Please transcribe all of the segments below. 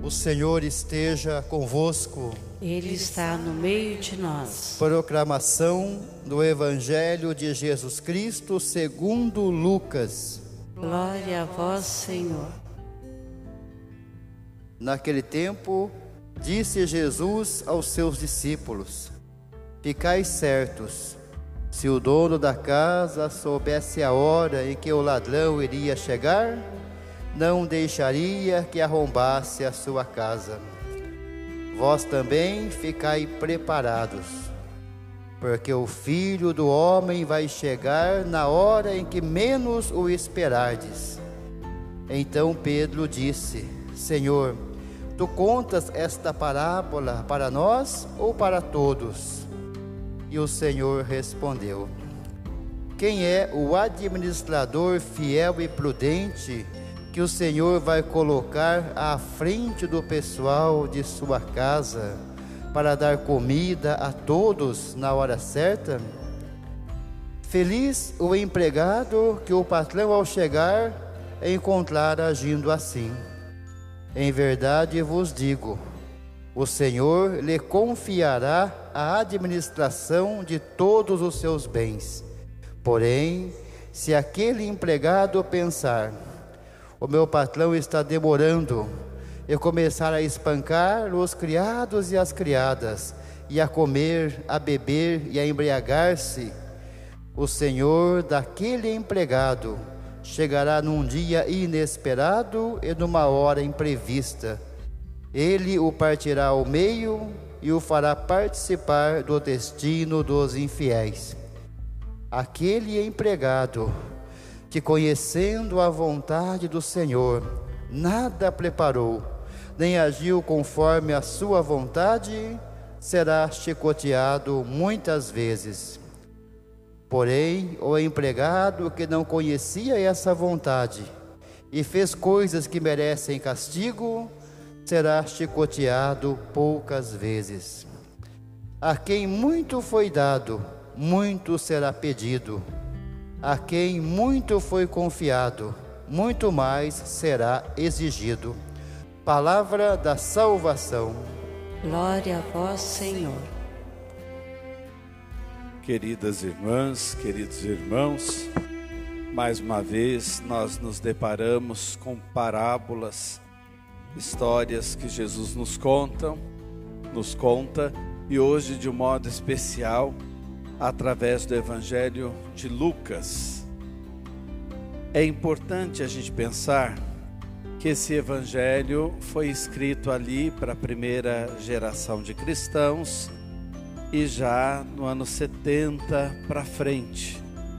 O Senhor esteja convosco. Ele está no meio de nós. Proclamação do Evangelho de Jesus Cristo segundo Lucas. Glória a vós, Senhor. Naquele tempo, disse Jesus aos seus discípulos: Ficai certos, se o dono da casa soubesse a hora em que o ladrão iria chegar, não deixaria que arrombasse a sua casa. Vós também ficai preparados, porque o Filho do Homem vai chegar na hora em que menos o esperardes. Então Pedro disse: Senhor, tu contas esta parábola para nós ou para todos? E o Senhor respondeu: Quem é o administrador fiel e prudente que o Senhor vai colocar à frente do pessoal de sua casa para dar comida a todos na hora certa? Feliz o empregado que o patrão, ao chegar, encontrar agindo assim. Em verdade vos digo, o Senhor lhe confiará a administração de todos os seus bens. Porém, se aquele empregado pensar: o meu patrão está demorando, e começar a espancar os criados e as criadas, e a comer, a beber e a embriagar-se, o Senhor daquele empregado chegará num dia inesperado e numa hora imprevista. Ele o partirá ao meio e o fará participar do destino dos infiéis. Aquele empregado que, conhecendo a vontade do Senhor, nada preparou, nem agiu conforme a sua vontade, será chicoteado muitas vezes. Porém, o empregado que não conhecia essa vontade e fez coisas que merecem castigo, será chicoteado poucas vezes. A quem muito foi dado, muito será pedido. A quem muito foi confiado, muito mais será exigido. Palavra da salvação. Glória a vós, Senhor. Queridas irmãs, queridos irmãos, mais uma vez nós nos deparamos com parábolas, histórias que Jesus nos conta, e hoje de um modo especial, através do Evangelho de Lucas. É importante a gente pensar que esse Evangelho foi escrito ali para a primeira geração de cristãos e já no ano 70 para frente.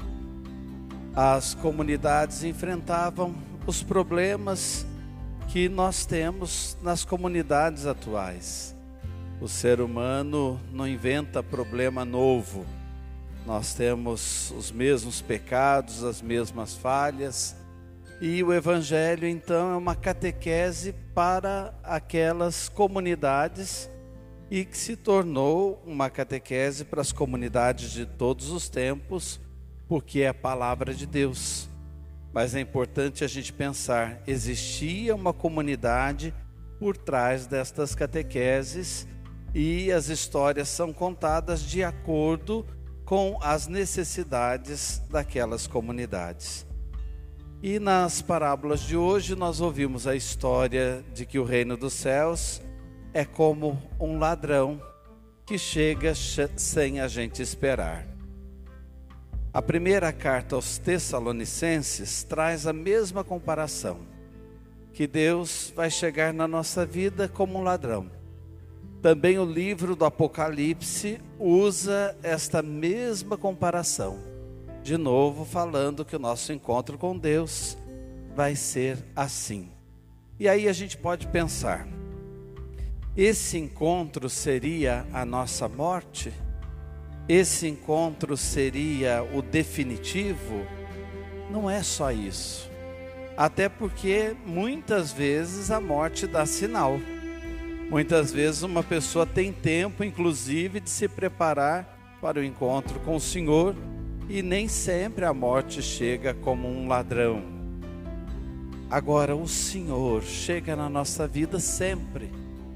As comunidades enfrentavam os problemas que nós temos nas comunidades atuais. O ser humano não inventa problema novo. Nós temos os mesmos pecados, as mesmas falhas, e o Evangelho então é uma catequese para aquelas comunidades e que se tornou uma catequese para as comunidades de todos os tempos, porque é a palavra de Deus. Mas é importante a gente pensar, existia uma comunidade por trás destas catequeses e as histórias são contadas de acordo com as necessidades daquelas comunidades. E nas parábolas de hoje nós ouvimos a história de que o reino dos céus é como um ladrão que chega sem a gente esperar. A primeira carta aos Tessalonicenses traz a mesma comparação, que Deus vai chegar na nossa vida como um ladrão. Também o livro do Apocalipse usa esta mesma comparação, de novo falando que o nosso encontro com Deus vai ser assim. E aí a gente pode pensar, esse encontro seria a nossa morte? Esse encontro seria o definitivo? Não é só isso. Até porque muitas vezes a morte dá sinal. Muitas vezes uma pessoa tem tempo, inclusive, de se preparar para o encontro com o Senhor, e nem sempre a morte chega como um ladrão. Agora, o Senhor chega na nossa vida sempre.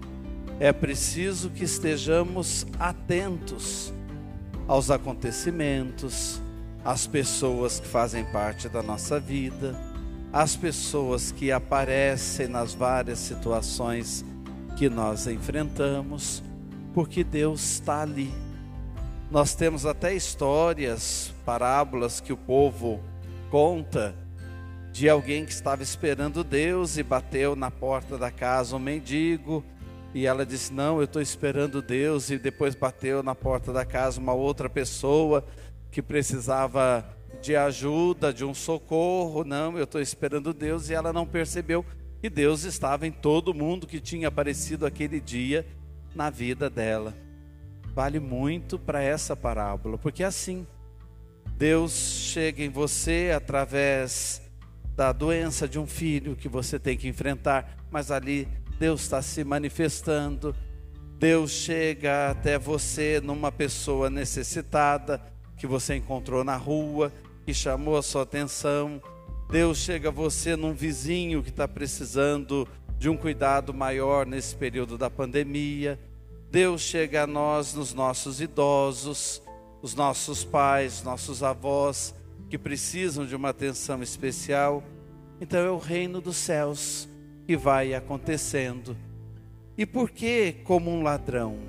É preciso que estejamos atentos aos acontecimentos, às pessoas que fazem parte da nossa vida, às pessoas que aparecem nas várias situações que nós enfrentamos, porque Deus está ali. Nós temos até histórias, parábolas que o povo conta de alguém que estava esperando Deus e bateu na porta da casa um mendigo, e ela disse: não, eu estou esperando Deus, e depois bateu na porta da casa uma outra pessoa que precisava de ajuda, de um socorro. Não, eu estou esperando Deus, e ela não percebeu que Deus estava em todo mundo que tinha aparecido aquele dia na vida dela. Vale muito para essa parábola, porque assim, Deus chega em você através da doença de um filho que você tem que enfrentar, mas ali Deus está se manifestando. Deus chega até você numa pessoa necessitada que você encontrou na rua, que chamou a sua atenção. Deus chega a você num vizinho que está precisando de um cuidado maior nesse período da pandemia. Deus chega a nós nos nossos idosos, os nossos pais, nossos avós, que precisam de uma atenção especial. Então é o reino dos céus que vai acontecendo. E por que como um ladrão?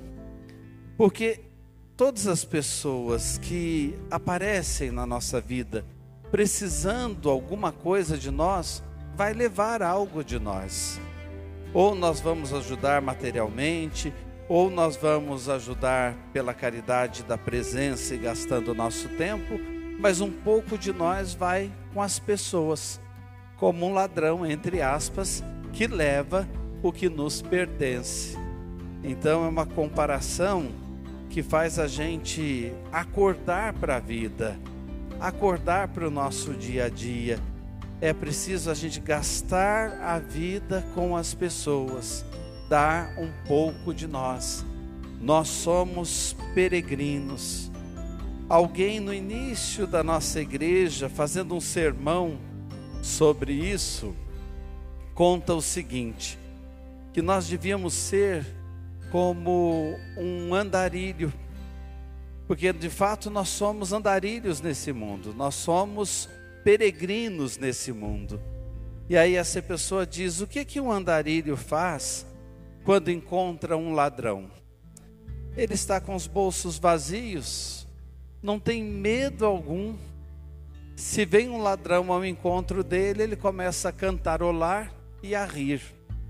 Porque todas as pessoas que aparecem na nossa vida precisando alguma coisa de nós, vai levar algo de nós. Ou nós vamos ajudar materialmente, ou nós vamos ajudar pela caridade da presença e gastando o nosso tempo, mas um pouco de nós vai com as pessoas, como um ladrão, entre aspas, que leva o que nos pertence. Então é uma comparação que faz a gente acordar para a vida, acordar para o nosso dia a dia. É preciso a gente gastar a vida com as pessoas, dar um pouco de nós. Nós somos peregrinos. Alguém no início da nossa igreja, fazendo um sermão sobre isso, conta o seguinte, que nós devíamos ser como um andarilho, porque de fato nós somos andarilhos nesse mundo, nós somos peregrinos nesse mundo. E aí essa pessoa diz: o que um andarilho faz quando encontra um ladrão? Ele está com os bolsos vazios, não tem medo algum. Se vem um ladrão ao encontro dele, ele começa a cantarolar e a rir.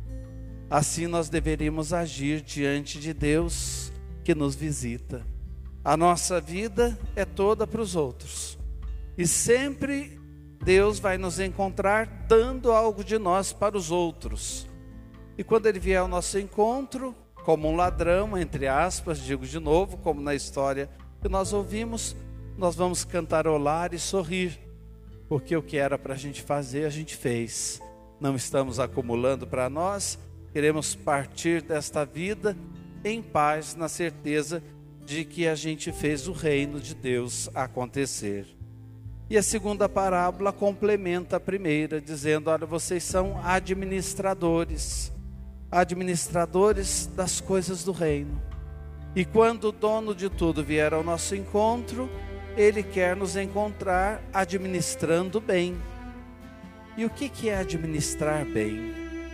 Assim nós deveríamos agir diante de Deus que nos visita. A nossa vida é toda para os outros, e sempre Deus vai nos encontrar dando algo de nós para os outros. E quando Ele vier ao nosso encontro, como um ladrão, entre aspas, digo de novo, como na história que nós ouvimos, nós vamos cantarolar e sorrir, porque o que era para a gente fazer, a gente fez. Não estamos acumulando para nós, queremos partir desta vida em paz, na certeza de que a gente fez o reino de Deus acontecer. E a segunda parábola complementa a primeira, dizendo: olha, vocês são administradores, administradores das coisas do reino. E quando o dono de tudo vier ao nosso encontro, ele quer nos encontrar administrando bem. E o que é administrar bem?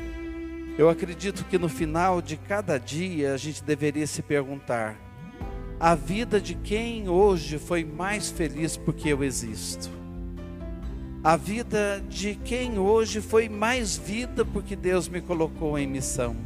Eu acredito que no final de cada dia a gente deveria se perguntar: a vida de quem hoje foi mais feliz porque eu existo? A vida de quem hoje foi mais vida porque Deus me colocou em missão?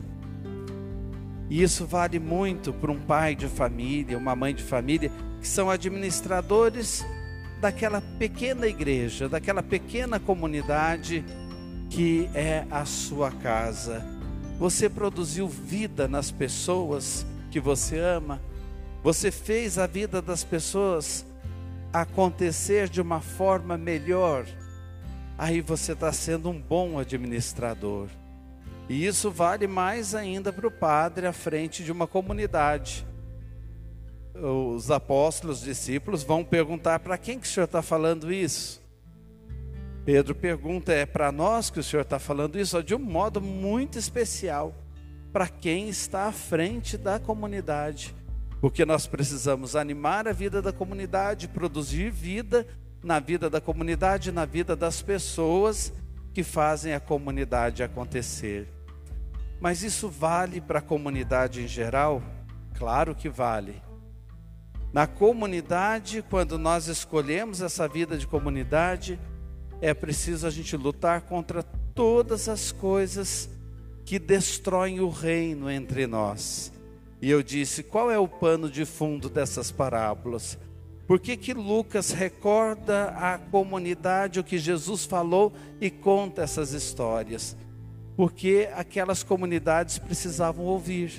E isso vale muito para um pai de família, uma mãe de família, que são administradores daquela pequena igreja, daquela pequena comunidade que é a sua casa. Você produziu vida nas pessoas que você ama? Você fez a vida das pessoas acontecer de uma forma melhor? Aí você está sendo um bom administrador. E isso vale mais ainda para o padre à frente de uma comunidade. Os apóstolos, os discípulos vão perguntar: para quem que o senhor está falando isso? Pedro pergunta, é para nós que o Senhor está falando isso, de um modo muito especial, para quem está à frente da comunidade, porque nós precisamos animar a vida da comunidade, produzir vida na vida da comunidade, na vida das pessoas que fazem a comunidade acontecer. Mas isso vale para a comunidade em geral? Claro que vale. Na comunidade, quando nós escolhemos essa vida de comunidade, é preciso a gente lutar contra todas as coisas que destroem o reino entre nós. E eu disse, qual é o pano de fundo dessas parábolas? Por que Lucas recorda à comunidade o que Jesus falou e conta essas histórias? Porque aquelas comunidades precisavam ouvir.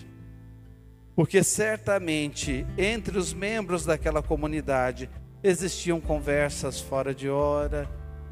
Porque certamente entre os membros daquela comunidade existiam conversas fora de hora,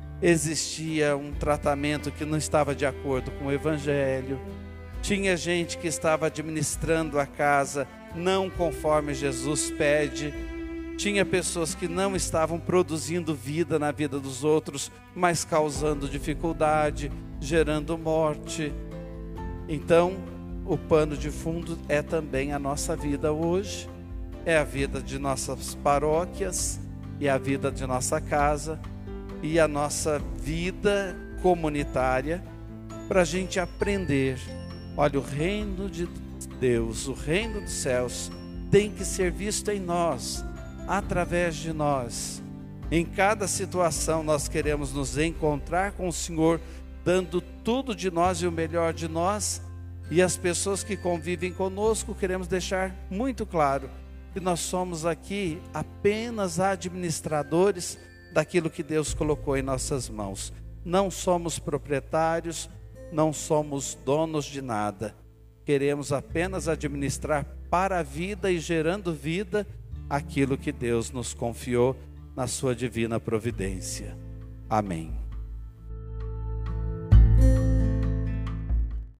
existia um tratamento que não estava de acordo com o Evangelho, tinha gente que estava administrando a casa não conforme Jesus pede, tinha pessoas que não estavam produzindo vida na vida dos outros, mas causando dificuldade, gerando morte. Então, o pano de fundo é também a nossa vida hoje, é a vida de nossas paróquias, e a vida de nossa casa, e a nossa vida comunitária, para a gente aprender. Olha, o reino de Deus, o reino dos céus, tem que ser visto em nós, através de nós. Em cada situação nós queremos nos encontrar com o Senhor, dando tudo de nós e o melhor de nós, e as pessoas que convivem conosco, queremos deixar muito claro que nós somos aqui apenas administradores daquilo que Deus colocou em nossas mãos. Não somos proprietários, não somos donos de nada. Queremos apenas administrar para a vida e gerando vida aquilo que Deus nos confiou na sua divina providência. Amém.